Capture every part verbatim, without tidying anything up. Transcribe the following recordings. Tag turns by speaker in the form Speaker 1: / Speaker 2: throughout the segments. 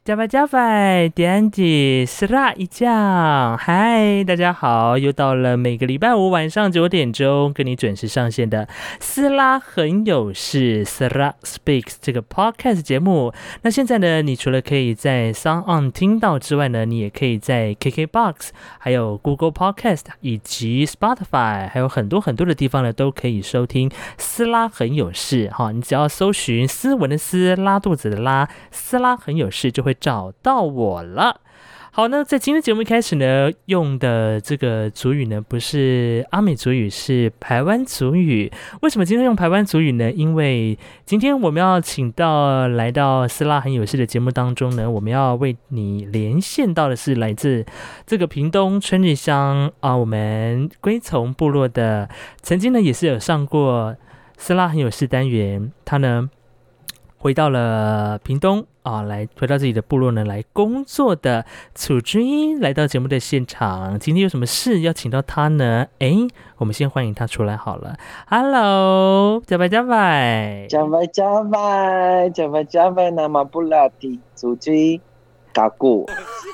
Speaker 1: 加拜加拜，点击斯拉一酱，嗨，大家好，又到了每个礼拜五晚上九点钟跟你准时上线的斯拉很有事，斯拉 Speaks 这个 podcast 节目。那现在呢，你除了可以在 Sound On 听到之外呢，你也可以在 K K B O X 还有 Google Podcast 以及 Spotify 还有很多很多的地方呢，都可以收听斯拉很有事哈。你只要搜寻斯文的斯，拉肚子的拉，斯拉很有事就会找到我了。好，那在今天节目一开始呢，用的这个族语呢，不是阿美族语，是排湾族语。为什么今天用排湾族语呢？因为今天我们要请到来到斯拉很有事的节目当中呢，我们要为你连线到的是来自这个屏东春日乡啊，我们龟从部落的，曾经呢也是有上过斯拉很有事单元，他呢回到了屏东啊，来回到自己的部落呢，来工作的楚之英来到节目的现场。今天有什么事要请到他呢？哎，我们先欢迎他出来好了。Hello， 加拜加拜，
Speaker 2: 加拜加拜，加拜加拜，那么不拉蒂楚之英嘎古。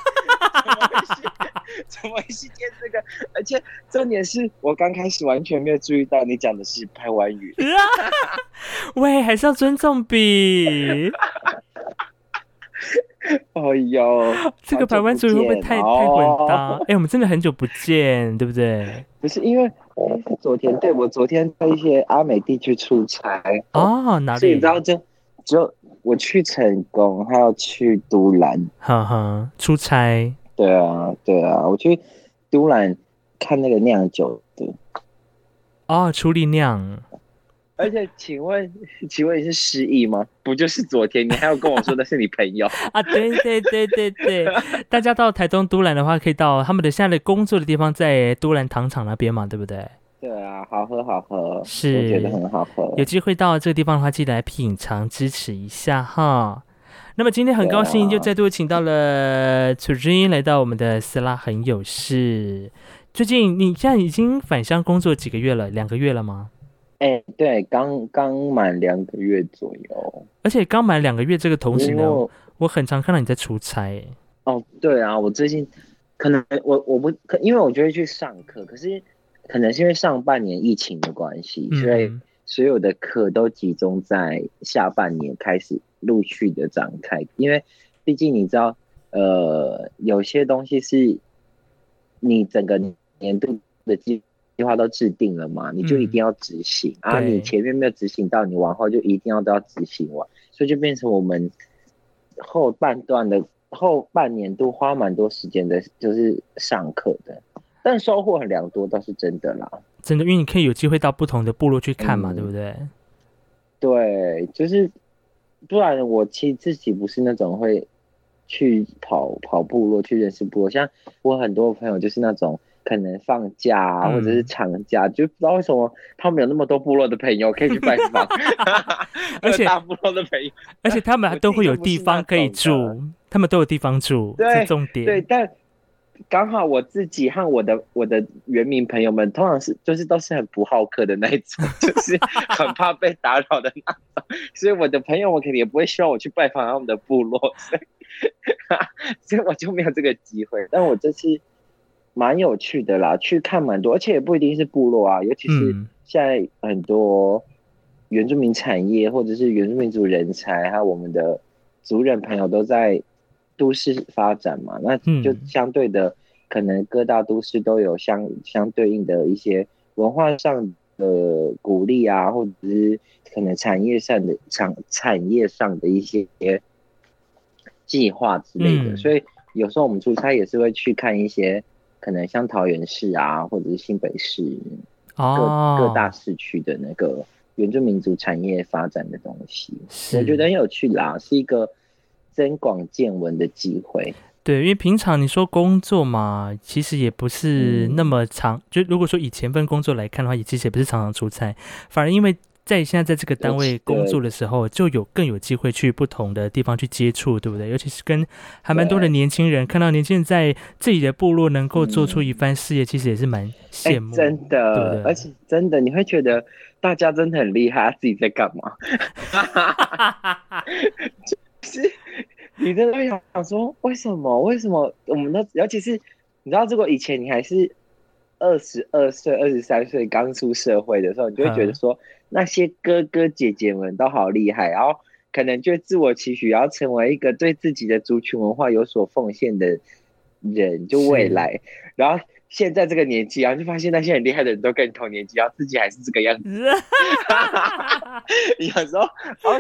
Speaker 2: 怎么会是念这个？而且重点是我刚开始完全没有注意到你讲的是排湾语。
Speaker 1: 喂，还是要尊重比。
Speaker 2: 哦呦，
Speaker 1: 这个排湾族语会不会太、哦、太混搭？哎、欸，我们真的很久不见，对不对？
Speaker 2: 不是，因为我昨天对我昨天在一些阿美地区出差
Speaker 1: 哦，哪里？
Speaker 2: 所以你知道就只有我去成功，还要去都兰，
Speaker 1: 哈哈，出差。
Speaker 2: 对啊，对啊，我去都兰看那个酿酒的。
Speaker 1: 哦，处理酿。
Speaker 2: 而且，请问，请问你是失忆吗？不就是昨天，你还要跟我说的是你朋友
Speaker 1: 啊？对对对对对，大家到台东都兰的话，可以到他们的现在的工作的地方，在都兰糖厂那边嘛，对不对？
Speaker 2: 对啊，好喝好喝，
Speaker 1: 是，
Speaker 2: 我觉得很好喝。
Speaker 1: 有机会到这个地方的话，记得来品尝支持一下哈。那么今天很高兴，就再度请到了楚之英来到我们的斯拉很有事。最近你现在已经返乡工作几个月了？两个月了吗？
Speaker 2: 哎、欸，对，刚刚满两个月左右。
Speaker 1: 而且刚满两个月这个同时呢，我很常看到你在出差。
Speaker 2: 哦，对啊，我最近可能我我不可，因为我就会去上课，可是可能是因为上半年疫情的关系，嗯、所以所有的课都集中在下半年开始陆续的展开。因为毕竟你知道，呃，有些东西是你整个年度的计计划都制定了嘛，你就一定要执行、嗯、啊！你前面没有执行到，你往后就一定要都要执行完，所以就变成我们后半段的后半年都花蛮多时间的，就是上课的，但收获很良多，倒是真的啦。
Speaker 1: 真的，因为你可以有机会到不同的部落去看嘛，嗯、对不对？
Speaker 2: 对，就是不然我其实自己不是那种会去跑跑部落去认识部落，像我很多朋友就是那种。可能放假、啊、或者是长假、嗯，就不知道为什么他们有那么多部落的朋友可以去拜访，
Speaker 1: 而且
Speaker 2: 大部落的朋友，
Speaker 1: 而且他们都会有地方可以住，他们都有地方住，
Speaker 2: 对，
Speaker 1: 是重点。
Speaker 2: 对，但刚好我自己和我的我的原民朋友们，通常是就是都是很不好客的那一种，就是很怕被打扰的那种，所以我的朋友们肯定也不会希望我去拜访他们的部落，所以所以我就没有这个机会。但我这次。蛮有趣的啦，去看蛮多，而且也不一定是部落啊，尤其是现在很多原住民产业或者是原住民族人才，还有我们的族人朋友都在都市发展嘛，那就相对的，可能各大都市都有相相对应的一些文化上的鼓励啊，或者是可能产业上的产产业上的一些计划之类的，嗯、所以有时候我们出差也是会去看一些。可能像桃园市啊，或者是新北市各、哦、各大市区的那个原住民族产业发展的东西，我觉得很有趣啦，是一个增广见闻的机会。
Speaker 1: 对，因为平常你说工作嘛，其实也不是那么长，嗯、就如果说以前份工作来看的话，也其实也不是常常出差，反而因为在现在在这个单位工作的时候，就有更有机会去不同的地方去接触，对不对？尤其是跟还蛮多的年轻人，看到年轻人在自己的部落能够做出一番事业，嗯、其实也是蛮羡慕、
Speaker 2: 欸，真的，
Speaker 1: 对不对？
Speaker 2: 而且真的，你会觉得大家真的很厉害，自己在干嘛？就是你真的会想说，为什么？为什么我们都，尤其是你知道，如果以前你还是二十二岁、二十三岁刚出社会的时候，你就会觉得说，那些哥哥姐姐们都好厉害，然后可能就自我期许，要成为一个对自己的族群文化有所奉献的人，就未来，然后。现在这个年纪，然后就发现那些很厉害的人都跟你同年纪，然后自己还是这个样子。有时候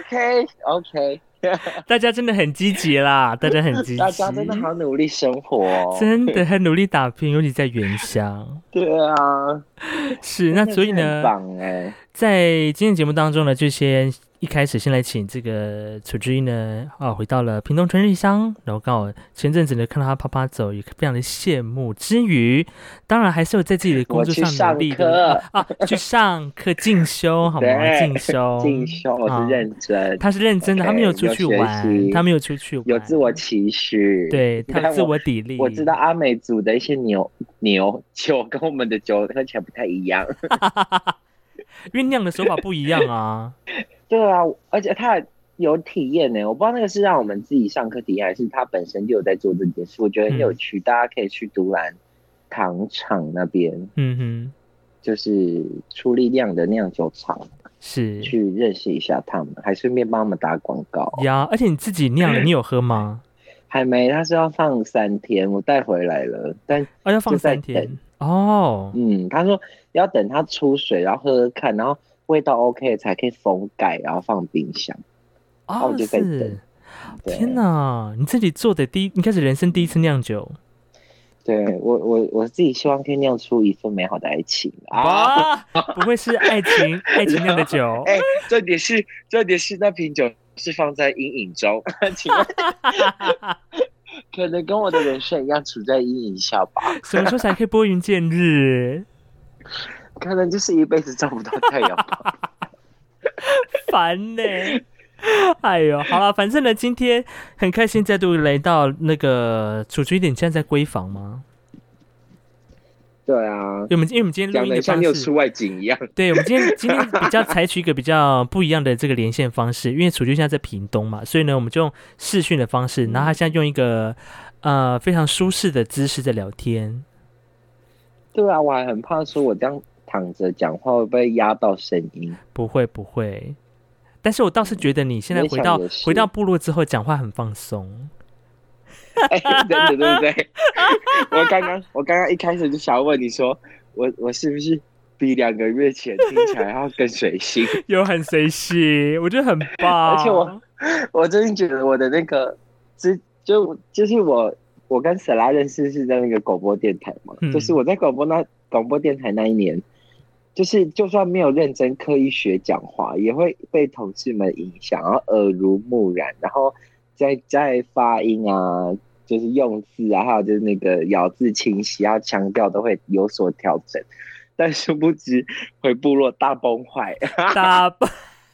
Speaker 2: OK OK，
Speaker 1: 大家真的很积极啦，大家很积极，
Speaker 2: 大家真的好努力生活、哦，
Speaker 1: 真的很努力打拼，尤其在原乡。
Speaker 2: 对啊，
Speaker 1: 是那所以呢，
Speaker 2: 棒哎，
Speaker 1: 在今天节目当中呢，就先一开始先来请这个楚之一呢，啊，回到了屏东春日乡，然后刚好前阵子呢看到他啪啪走，也非常的羡慕。之余，当然还是有在自己的工作上努力的啊，啊，去上课进修，好吗？进修，
Speaker 2: 进修，我是认真，
Speaker 1: 啊、他是认真的， okay, 他没有出去玩，他没有出去玩，
Speaker 2: 有自我期许，
Speaker 1: 对他有自我砥砺。
Speaker 2: 我知道阿美族的一些牛牛酒跟我们的酒喝起来不太一样。
Speaker 1: 酝酿的手法不一样啊。
Speaker 2: 对啊，而且他有体验呢，我不知道那个是让我们自己上课体验，还是他本身就有在做这件事。我觉得很有趣，嗯、大家可以去独兰糖厂那边，嗯哼，就是出力量的酿酒厂，
Speaker 1: 是
Speaker 2: 去认识一下他们，还顺便帮他们打广告
Speaker 1: 呀。而且你自己酿了，你有喝吗？
Speaker 2: 还没，他是要放三天，我带回来了，但
Speaker 1: 哦要放三天哦。
Speaker 2: 嗯，他说要等它出水，然后喝喝看，然后味道 OK 才可以封盖，然后放冰箱。
Speaker 1: 哦，
Speaker 2: 然后我就在等。
Speaker 1: 天哪，你自己做的第一，应该是人生第一次酿酒。
Speaker 2: 对我，我我自己希望可以酿出一份美好的爱情
Speaker 1: 啊！不会是爱情爱情酿的酒？
Speaker 2: 哎、欸，重点是重点是那瓶酒是放在阴影中，请问可能跟我的人生一样处在阴影下吧？
Speaker 1: 什么时候才可以拨云见日？
Speaker 2: 可能就是一辈子照不到太阳吧。
Speaker 1: 烦呢、欸！哎呦，好了，反正呢，今天很开心再度来到那个楚之一点，现在在闺房吗？
Speaker 2: 对啊，
Speaker 1: 因为我们因为我们今天录音的方式
Speaker 2: 像你有出外景一样。
Speaker 1: 对，我们今天今天比较采取一个比较不一样的这个连线方式，因为楚之一现在在屏东嘛，所以呢，我们就用视讯的方式，然后他现在用一个呃非常舒适的姿势在聊天。
Speaker 2: 对啊，我还很怕说我这样躺着讲话会不会压到声音？
Speaker 1: 不会不会，但是我倒是觉得你现在回到回到部落之后讲话很放松。
Speaker 2: 哎、欸，真的对不对？我刚刚我刚刚一开始就想要问你说，我我是不是比两个月前听起来要更随性？
Speaker 1: 有很随性，我觉得很棒。
Speaker 2: 而且我我真的觉得我的那个，就就就是我我跟舍拉认识是在那个广播电台嘛，嗯、就是我在广播那广播电台那一年，就是就算没有认真刻意学讲话，也会被同事们影响，然后耳濡目染，然后在在发音啊。就是用字啊，还有就是那个咬字清晰，还有腔调都会有所调整，但殊不知回部落大崩坏，
Speaker 1: 大崩，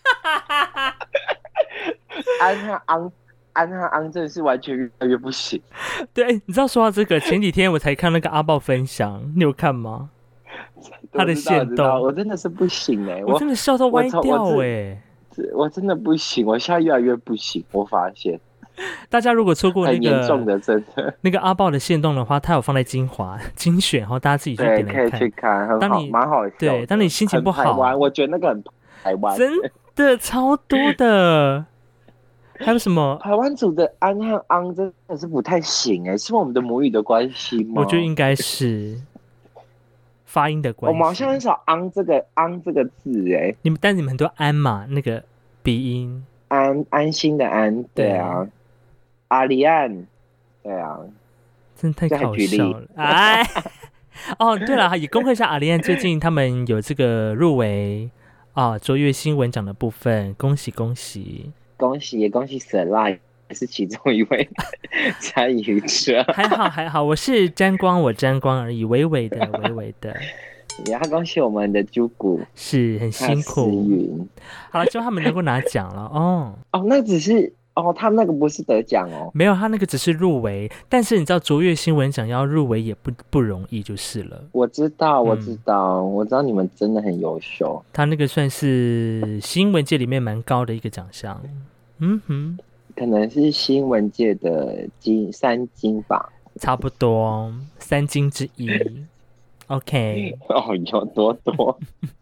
Speaker 2: 安和昂，安和昂真的是完全越来越不行。
Speaker 1: 对，你知道说到这个，前几天我才看那个阿豹分享，你有看吗？他的限动，
Speaker 2: 我真的是不行哎、欸，
Speaker 1: 我真的笑到歪掉哎、欸，
Speaker 2: 我真的不行，我现在越来越不行，我发现。
Speaker 1: 大家如果错过那个
Speaker 2: 很严重的，真的
Speaker 1: 那个阿豹的限动的话，他有放在精华精选，然后大家自己去点来看，
Speaker 2: 可以去看，很好，蛮好笑。
Speaker 1: 对，当你心情不好，
Speaker 2: 我觉得那个很台湾，
Speaker 1: 真的超多的。还有什么
Speaker 2: 台湾组的安和昂真的是不太行哎、欸，是我们的母语的关系吗？
Speaker 1: 我觉得应该是发音的关系。
Speaker 2: 我们好像很少昂这个昂这个字哎、欸，
Speaker 1: 你们但你们很多安嘛，那个鼻音
Speaker 2: 安安心的安，对啊。阿里安，对啊，
Speaker 1: 真的太搞笑了！哎，哦，对了，也恭贺一下阿里安，最近他们有这个入围啊卓越新闻奖的部分，恭喜恭喜，
Speaker 2: 恭喜也恭喜 Sela 也是其中一位参与者。
Speaker 1: 还好还好，我是沾光，我沾光而已，微微的微微的。
Speaker 2: 也要恭喜我们的朱古，
Speaker 1: 是很辛苦。好了，希望他们能够拿奖了哦。
Speaker 2: 哦，那只是。哦，他们那个不是得奖哦，
Speaker 1: 没有，他那个只是入围，但是你知道卓越新闻奖要入围也不不容易，就是了。
Speaker 2: 我知道，我知道，嗯、我知道你们真的很优秀。
Speaker 1: 他那个算是新闻界里面蛮高的一个奖项，嗯哼，
Speaker 2: 可能是新闻界的金三金吧，
Speaker 1: 差不多三金之一。OK，
Speaker 2: 哦，有多多。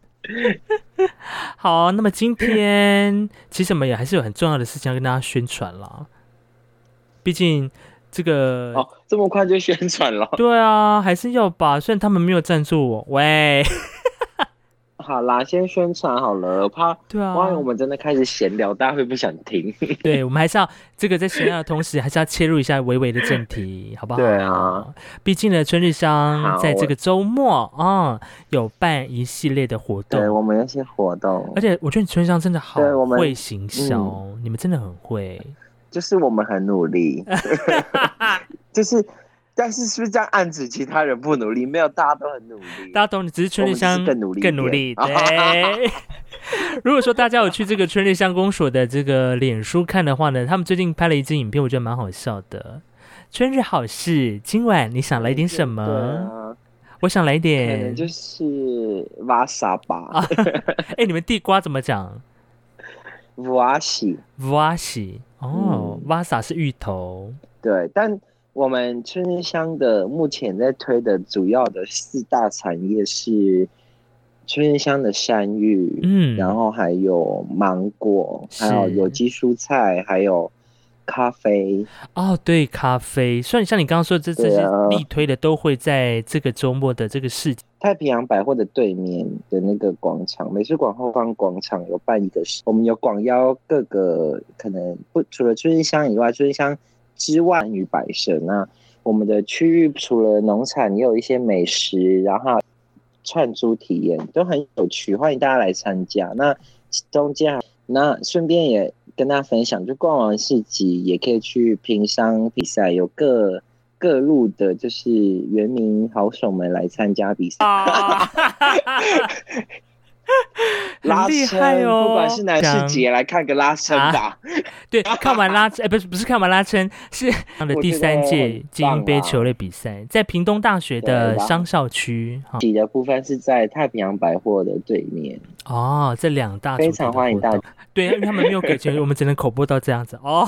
Speaker 1: 好，那么今天其实我们也还是有很重要的事情要跟大家宣传啦。毕竟这个
Speaker 2: 哦，这么快就宣传了？
Speaker 1: 对啊，还是要吧。虽然他们没有赞助我，喂。
Speaker 2: 好啦，先宣传好了，我怕
Speaker 1: 对啊，
Speaker 2: 万一我们真的开始闲聊，大家会不想听。
Speaker 1: 对，我们还是要这个在闲聊的同时，还是要切入一下微微的正题，好不好？
Speaker 2: 对啊，
Speaker 1: 毕竟呢，春日乡在这个周末啊、嗯，有办一系列的活动。
Speaker 2: 对，我们有些活动，
Speaker 1: 而且我觉得春日乡真的好会行销、
Speaker 2: 嗯，
Speaker 1: 你们真的很会。
Speaker 2: 就是我们很努力，就是。但是是不是这样暗指其他人不努力？没有，大家都很努力。
Speaker 1: 大家懂，你只是春日乡
Speaker 2: 更努力，
Speaker 1: 更努力。对。如果说大家有去这个春日乡公所的这个脸书看的话呢，他们最近拍了一支影片，我觉得蛮好笑的。春日好事，今晚你想来点什么？
Speaker 2: 啊、
Speaker 1: 我想来点，
Speaker 2: 可能就是瓦萨吧。
Speaker 1: 哎、欸，你们地瓜怎么讲？
Speaker 2: 瓦西，
Speaker 1: 瓦西。哦，瓦、嗯、萨是芋头。
Speaker 2: 对，但。我们春日乡的目前在推的主要的四大产业是春日乡的山芋，嗯，然后还有芒果，还有有机蔬菜，还有咖啡。
Speaker 1: 哦，对，咖啡。虽然像你刚刚说的这这些力推的都会在这个周末的这个市
Speaker 2: 太平洋百货的对面的那个广场，美术馆后方广场有办一个，我们有广邀各个可能不除了春日乡以外，春日乡之外与摆设，那我们的区域除了农产，也有一些美食，然后串珠体验都很有趣，欢迎大家来参加。那中间，那顺便也跟大家分享，就逛完市集，也可以去评商比赛，有各各路的，就是原民好手们来参加比赛。拉伸、哦，不管是男是姐，来看个拉伸吧。啊、
Speaker 1: 对，看完拉伸，哎、欸，不是不是看完拉伸，是的第三届精英杯球类比赛，在屏东大学的商校区。
Speaker 2: 比的部分是在太平洋百货的对面。
Speaker 1: 哦，这两大
Speaker 2: 非常欢迎大家。
Speaker 1: 对，因为他们没有给钱，我们只能口播到这样子哦。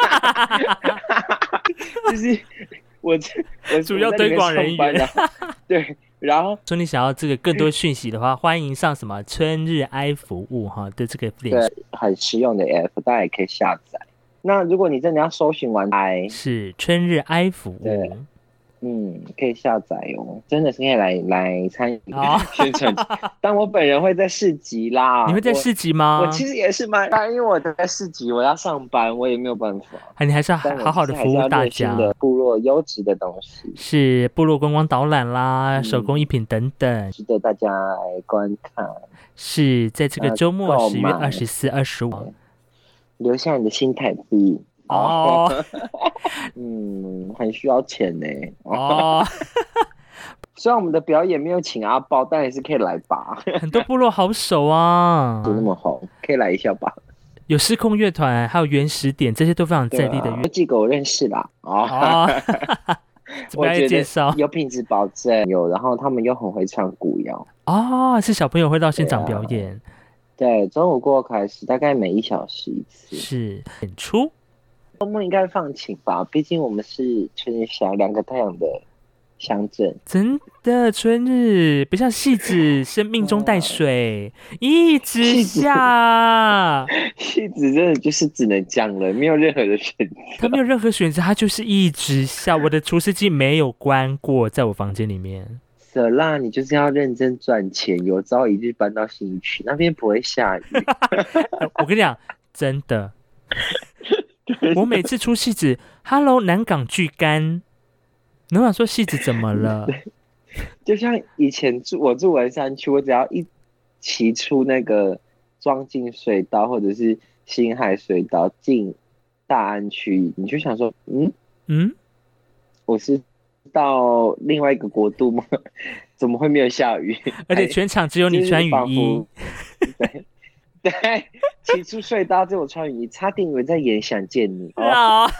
Speaker 2: 就是我我
Speaker 1: 主要推广人员。
Speaker 2: 对。然后
Speaker 1: 说你想要这个更多讯息的话，欢迎上什么春日 I 服务哈的这个
Speaker 2: 对很实用的 app， 大家也可以下载。那如果你真的要搜寻完 I
Speaker 1: 是春日 I 服务，
Speaker 2: 对，嗯，可以下载哦，真的是可以来来参与宣传。但我本人会在市集啦，
Speaker 1: 你会在市集吗？
Speaker 2: 我, 我其实也是蛮，因为我在市集，我要上班，我也没有办法。
Speaker 1: 啊，你还是要好好的服务大家。
Speaker 2: 的部落优质的东西，
Speaker 1: 是部落观光导览啦、嗯，手工艺品等等，
Speaker 2: 值得大家来观看。
Speaker 1: 是在这个周末十月二十四、二十五，
Speaker 2: 留下你的新台币。
Speaker 1: 哦，
Speaker 2: 嗯，很需要钱呢。
Speaker 1: 哦，
Speaker 2: 虽然我们的表演没有请阿包，但也是可以来吧。
Speaker 1: 很多部落好手啊，
Speaker 2: 都那么红，可以来一下吧。
Speaker 1: 有失控乐团，还有原始点，这些都非常在地的乐。
Speaker 2: 有几个我认识啦。
Speaker 1: 哦，怎么样介绍？
Speaker 2: 有品质保证，有，然后他们又很会唱古谣。
Speaker 1: 哦，是小朋友会到现场表演。
Speaker 2: 对，中午过后开始，大概每一小时一次。
Speaker 1: 是演出。
Speaker 2: 周末应该放晴吧，毕竟我们是春日乡两个太阳的乡镇。
Speaker 1: 真的，春日不像戏子生命中带水，一直下。
Speaker 2: 戏子真的就是只能降了，没有任何的选择。
Speaker 1: 他没有任何选择，他就是一直下。我的除湿机没有关过，在我房间里面。
Speaker 2: 舍辣，你就是要认真赚钱，有朝一日搬到新一区，那边不会下雨。
Speaker 1: 我跟你讲，真的。我每次出戏子 ，Hello 南港巨干，你想说戏子怎么了？
Speaker 2: 就像以前住我住文山区，我只要一骑出那个庄进隧道或者是新海隧道进大安区，你就想说，嗯嗯，我是到另外一个国度吗？怎么会没有下雨？
Speaker 1: 而且全场只有你穿雨衣。
Speaker 2: 对。对，骑出隧道就我穿雨衣，差点以为在演《想见你》
Speaker 1: 哦，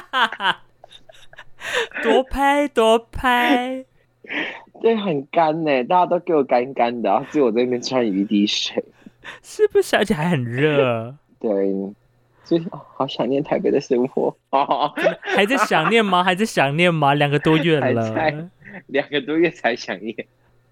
Speaker 1: 多拍多拍，
Speaker 2: 对，很干呢，大家都给我干干的，然后只有我在那边穿雨滴水，
Speaker 1: 是不是？而且还很热。
Speaker 2: 对， 就是哦，好想念台北的生活哦，
Speaker 1: 还在想念吗？还在想念吗？两个多月
Speaker 2: 还
Speaker 1: 了，
Speaker 2: 在两个多月才想念，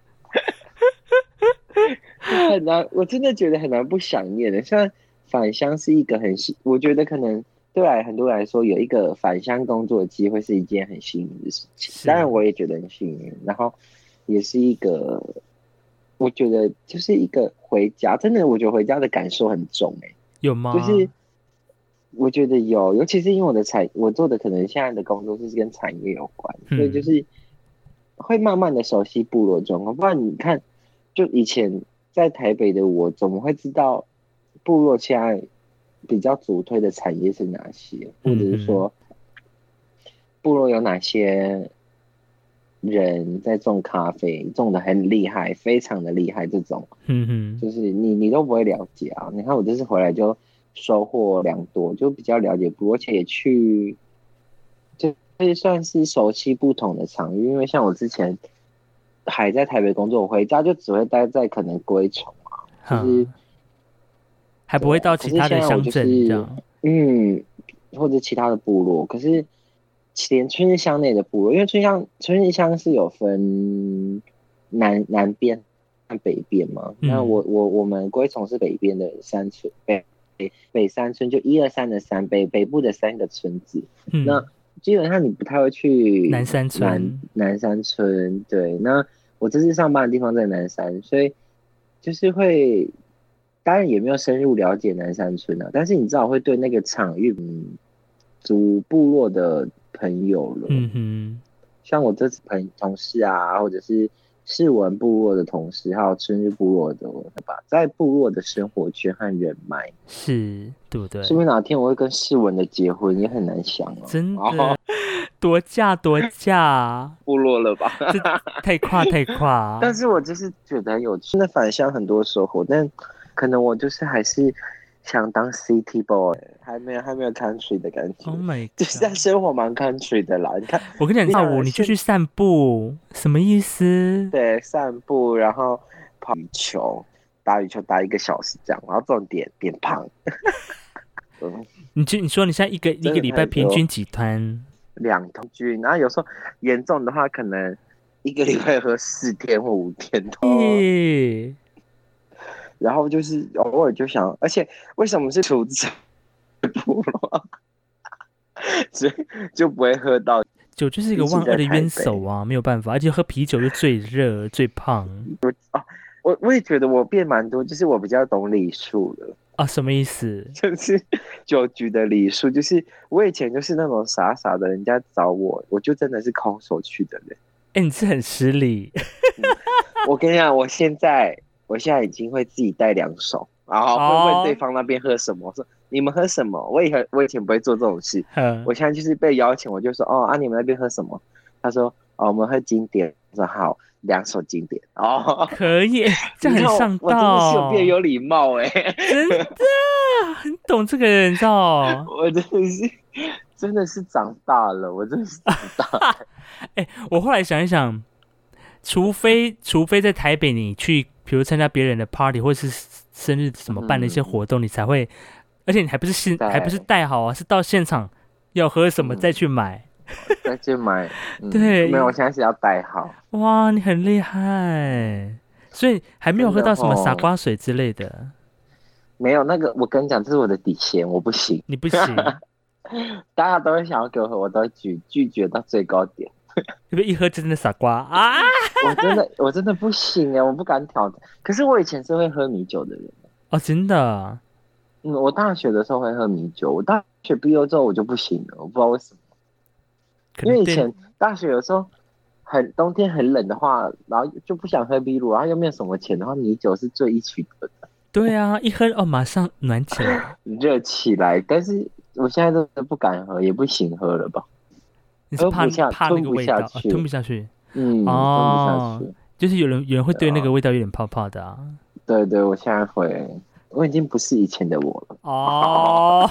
Speaker 2: 很难，我真的觉得很难不想念的。像返乡是一个很幸，我觉得可能对来很多人来说，有一个返乡工作的机会是一件很幸运的事情。当然，我也觉得很幸运，然后也是一个，我觉得就是一个回家，真的，我觉得回家的感受很重哎、欸，
Speaker 1: 有吗？
Speaker 2: 就是我觉得有，尤其是因为我的产，我做的可能现在的工作是跟产业有关，所以就是会慢慢的熟悉部落状况。不然你看，就以前在台北的我，怎么会知道部落现在比较主推的产业是哪些，或者是说部落有哪些人在种咖啡，种的很厉害，非常的厉害，这种，
Speaker 1: 嗯哼，
Speaker 2: 就是你你都不会了解啊。你看我这次回来就收获良多，就比较了解部落，而且也去，就可以算是熟悉不同的场域。因为像我之前还在台北工作，我回家就只会待在可能龟虫啊，就是
Speaker 1: 还不会到其他的乡镇这样，
Speaker 2: 嗯，或者其他的部落，可是。连春日乡内的部落，因为春乡春日乡是有分南南边和北边嘛。嗯、那我我我们龟虫是北边的山村，北北山村就一二三的山，北北部的三个村子。嗯、那基本上你不太会去
Speaker 1: 南山村，
Speaker 2: 南南山村。对，那我这次上班的地方在南山，所以就是会，当然也没有深入了解南山村啊，但是你至少会对那个场域、嗯、主部落的。朋友了，嗯哼，像我这次朋同事啊，或者是世文部落的同事，还有春日部落的吧，在部落的生活圈和人脉，
Speaker 1: 是对不对？
Speaker 2: 说不定哪天我会跟世文的结婚，也很难想哦。
Speaker 1: 真的，哦、多嫁多嫁，
Speaker 2: 部落了吧？
Speaker 1: 太跨太跨。
Speaker 2: 但是我就是觉得有真的返乡很多收获，但可能我就是还是。想当 city boy， 还没有还没有 country 的感觉。
Speaker 1: Oh my god，
Speaker 2: 就是在生活蛮 country 的啦。你看，
Speaker 1: 我跟你讲，下午你就去散步，什么意思？
Speaker 2: 对，散步，然后跑羽球，打羽球打一个小时这样，然后重点变胖。
Speaker 1: 嗯、你就你说你现在一个一个礼拜平均几摊？
Speaker 2: 两通均，然后有时候严重的话，可能一个礼拜喝四天或五天都。
Speaker 1: 欸
Speaker 2: 然后就是偶尔就想，而且为什么是厨子部落，所以就不会喝到。
Speaker 1: 酒就是一个万恶的冤手啊，没有办法，而且喝啤酒又最热最胖。
Speaker 2: 我哦，我我也觉得我变蛮多，就是我比较懂礼数了
Speaker 1: 啊，什么意思？
Speaker 2: 就是酒局的礼数，就是我以前就是那种傻傻的，人家找我，我就真的是空手去的人。
Speaker 1: 哎、欸，你是很失礼、
Speaker 2: 嗯。我跟你讲，我现在。我现在已经会自己带两手，然后会问对方那边喝什么，我说你们喝什么？我以前我以前不会做这种事，我现在就是被邀请，我就说哦啊，你们那边喝什么？他说哦，我们喝经典。我说好，两手经典哦，
Speaker 1: 可以，这很上道。
Speaker 2: 我真的是有变有礼貌哎、
Speaker 1: 欸，真的很懂这个人，你知道？
Speaker 2: 我真的是真的是长大了，我真的是长大了。
Speaker 1: 哎、欸，我后来想一想，除非除非在台北你去。比如参加别人的 party 或是生日什么办的一些活动，嗯、你才会，而且你还不是现还不是带好啊，是到现场要喝什么再去买，
Speaker 2: 嗯、再去买。嗯、
Speaker 1: 对，
Speaker 2: 没有，我现在是要带好。
Speaker 1: 哇，你很厉害，所以还没有喝到什么傻瓜水之类的。的
Speaker 2: 没有那个，我跟你讲，这是我的底线，我不行，
Speaker 1: 你不行。
Speaker 2: 大家都会想要给我喝，我都会拒拒绝到最高点。
Speaker 1: 因为一喝真的傻瓜啊！
Speaker 2: 我真的我真的不行哎，我不敢挑战。可是我以前是会喝米酒的人
Speaker 1: 哦，真的。
Speaker 2: 嗯，我大学的时候会喝米酒，我大学毕业之后我就不行了，我不知道为什么。因为以前大学有时候很冬天很冷的话，然后就不想喝啤酒，然后又没有什么钱的话，米酒是最易取得的。
Speaker 1: 对啊，一喝哦马上暖起来，
Speaker 2: 热起来。但是我现在真的不敢喝，也不行喝了吧。
Speaker 1: 你是怕怕那个味道，
Speaker 2: 吞不下去，
Speaker 1: 哦、吞不下去，
Speaker 2: 嗯，
Speaker 1: 哦、
Speaker 2: 吞不下去，
Speaker 1: 就是有人有人会对那个味道有点怕怕的啊。
Speaker 2: 对对，我现在会，我已经不是以前的我了。
Speaker 1: 哦，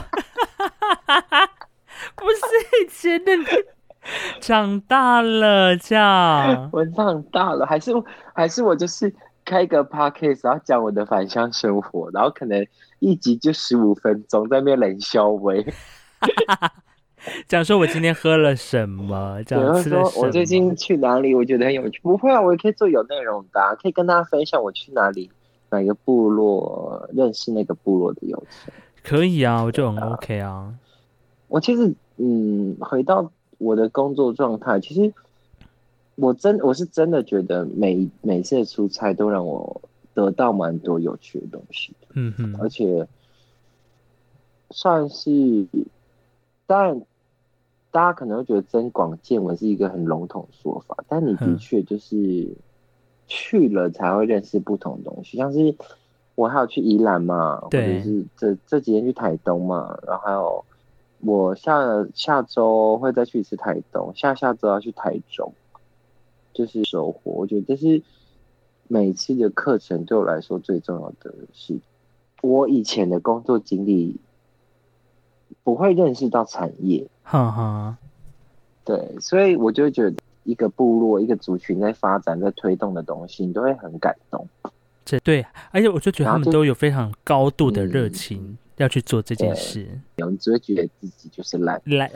Speaker 1: 不是以前的你，长大了这样。
Speaker 2: 我长大了，还是还是我就是开一个 podcast， 然后讲我的返乡生活，然后可能一集就十五分钟，在那边冷笑微，
Speaker 1: 讲说我今天喝了什么，这样吃了什么，
Speaker 2: 说我最近去哪里，我觉得很有趣。不会啊，我也可以做有内容的、啊，可以跟大家分享我去哪里，哪个部落，认识那个部落的友情。
Speaker 1: 可以啊，我就很 OK 啊。
Speaker 2: 我其实，嗯，回到我的工作状态，其实我真我是真的觉得每每次的出差都让我得到蛮多有趣的东西的，
Speaker 1: 嗯哼，
Speaker 2: 而且算是，当然大家可能会觉得增广见闻是一个很笼统的说法，但你的确就是去了才会认识不同的东西，像是我还有去宜兰嘛，或者是这这几天去台东嘛，然后还有我下下周会再去一次台东，下下周要去台中，就是收获。我觉得这是每次的课程对我来说最重要的是，我以前的工作经历不会认识到产业，
Speaker 1: 哈哈，
Speaker 2: 对，所以我就会觉得一个部落、一个族群在发展、在推动的东西，你都会很感动。
Speaker 1: 这对，而且我就觉得他们都有非常高度的热情、嗯、要去做这件事。
Speaker 2: 你只会觉得自己就是烂，
Speaker 1: 烂，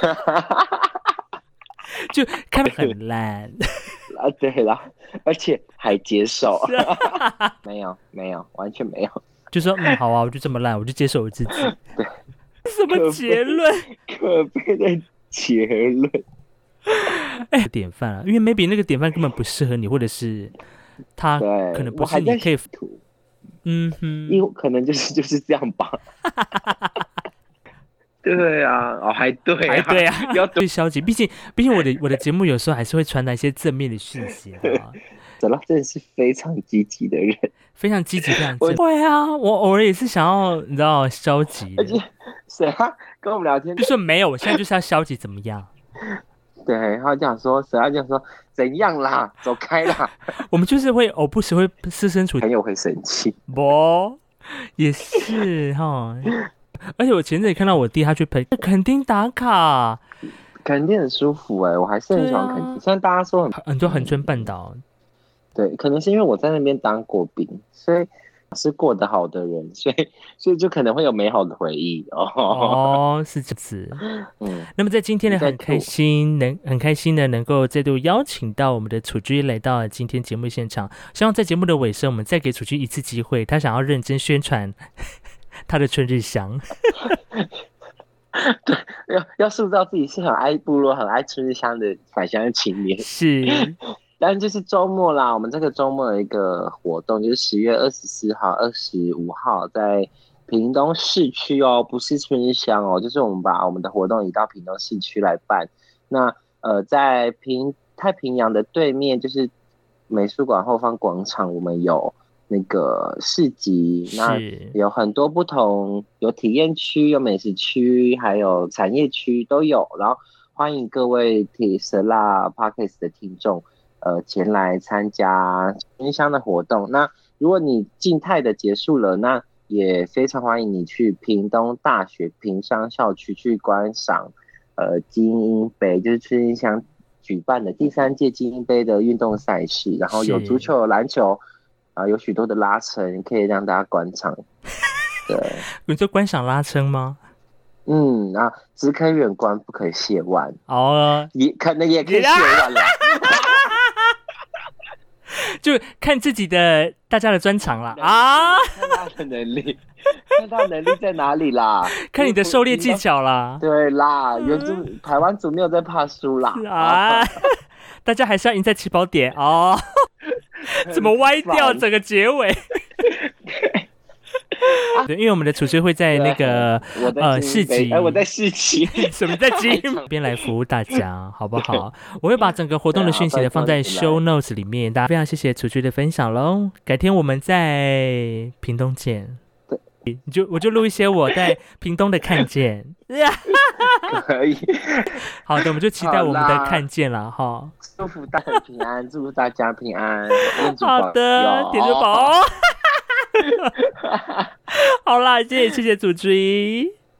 Speaker 1: 就看得很烂
Speaker 2: 啊，对啦，而且还接受，没有没有，完全没有，
Speaker 1: 就说嗯好啊，我就这么烂，我就接受我自己。
Speaker 2: 对，
Speaker 1: 什么结论？
Speaker 2: 可悲的结论。
Speaker 1: 哎，典范啊，因为 maybe 那个典范根本不适合你，或者是他可能不是你可以，嗯哼，
Speaker 2: 因为可能就是就是这样吧。对啊，哦，还对啊，
Speaker 1: 还对啊，要对消极。毕竟，毕竟我的我的节目有时候还是会传达一些正面的讯息，对吧？
Speaker 2: 怎么真的是非常积极的人，
Speaker 1: 非常积极，非常正。对啊，我偶尔也是想要，你知道，消极。
Speaker 2: 而且谁啊跟我们聊天
Speaker 1: 就说没有，我现在就是要消极，怎么样？
Speaker 2: 对，他讲说，谁要讲说怎样啦，走开啦。
Speaker 1: 我们就是会偶不时会私生处，
Speaker 2: 朋友会生气。
Speaker 1: 不，也是哈。而且我前阵也看到我弟，他去垦垦丁打卡，
Speaker 2: 垦丁很舒服哎、欸，我还是很喜欢垦丁。虽然、啊、大家说很
Speaker 1: 很多恒春半岛，
Speaker 2: 对，可能是因为我在那边当过兵，所以是过得好的人，所以所以就可能会有美好的回忆哦。
Speaker 1: 哦，是这样子。嗯，那么在今天呢，很开心能很开心的能够再度邀请到我们的楚居来到今天节目现场。希望在节目的尾声，我们再给楚居一次机会，他想要认真宣传他的春日乡。
Speaker 2: 对，要要塑造自己是很爱部落、很爱春日乡的返乡青年。
Speaker 1: 是。
Speaker 2: 但就是周末啦，我们这个周末的一个活动就是十月二十四号、二十五号在屏东市区哦，不是春日乡哦，就是我们把我们的活动移到屏东市区来办。那呃，在平太平洋的对面，就是美术馆后方广场，我们有那个市集，那有很多不同，有体验区、有美食区，还有产业区都有。然后欢迎各位铁舌辣 Podcast 的听众。呃，前来参加春日乡的活动。那如果你静态的结束了，那也非常欢迎你去屏东大学屏商校区去观赏呃精英杯，就是春日乡举办的第三届精英杯的运动赛事。然后有足球、有篮球，啊、呃，有许多的拉撑可以让大家观赏。对，
Speaker 1: 你说观赏拉撑吗？
Speaker 2: 嗯，啊，只可以远观，不可以亵玩。
Speaker 1: 哦，
Speaker 2: 也可能也可以亵玩了。
Speaker 1: 就看自己的大家的专长啦啊，
Speaker 2: 看他的能力，看他的能力在哪里啦，
Speaker 1: 看你的狩猎技巧啦。
Speaker 2: 对啦，原住台湾族没有在怕输啦
Speaker 1: 啊，大家还是要赢在起跑点哦。怎么歪掉整个结尾？对，因为我们的楚居会在那个呃市集，
Speaker 2: 哎，我在市集，
Speaker 1: 什么在集边来服务大家，好不好？我会把整个活动的讯息放在 show notes 里面，大家非常谢谢楚居的分享喽。改天我们在屏东见，你就我就录一些我在屏东的看见，
Speaker 2: 可以。
Speaker 1: 好的，我们就期待我们的看见了哈。
Speaker 2: 祝福大家平安，祝福大家平安。
Speaker 1: 好的，点着宝。好啦，谢谢谢谢主持人。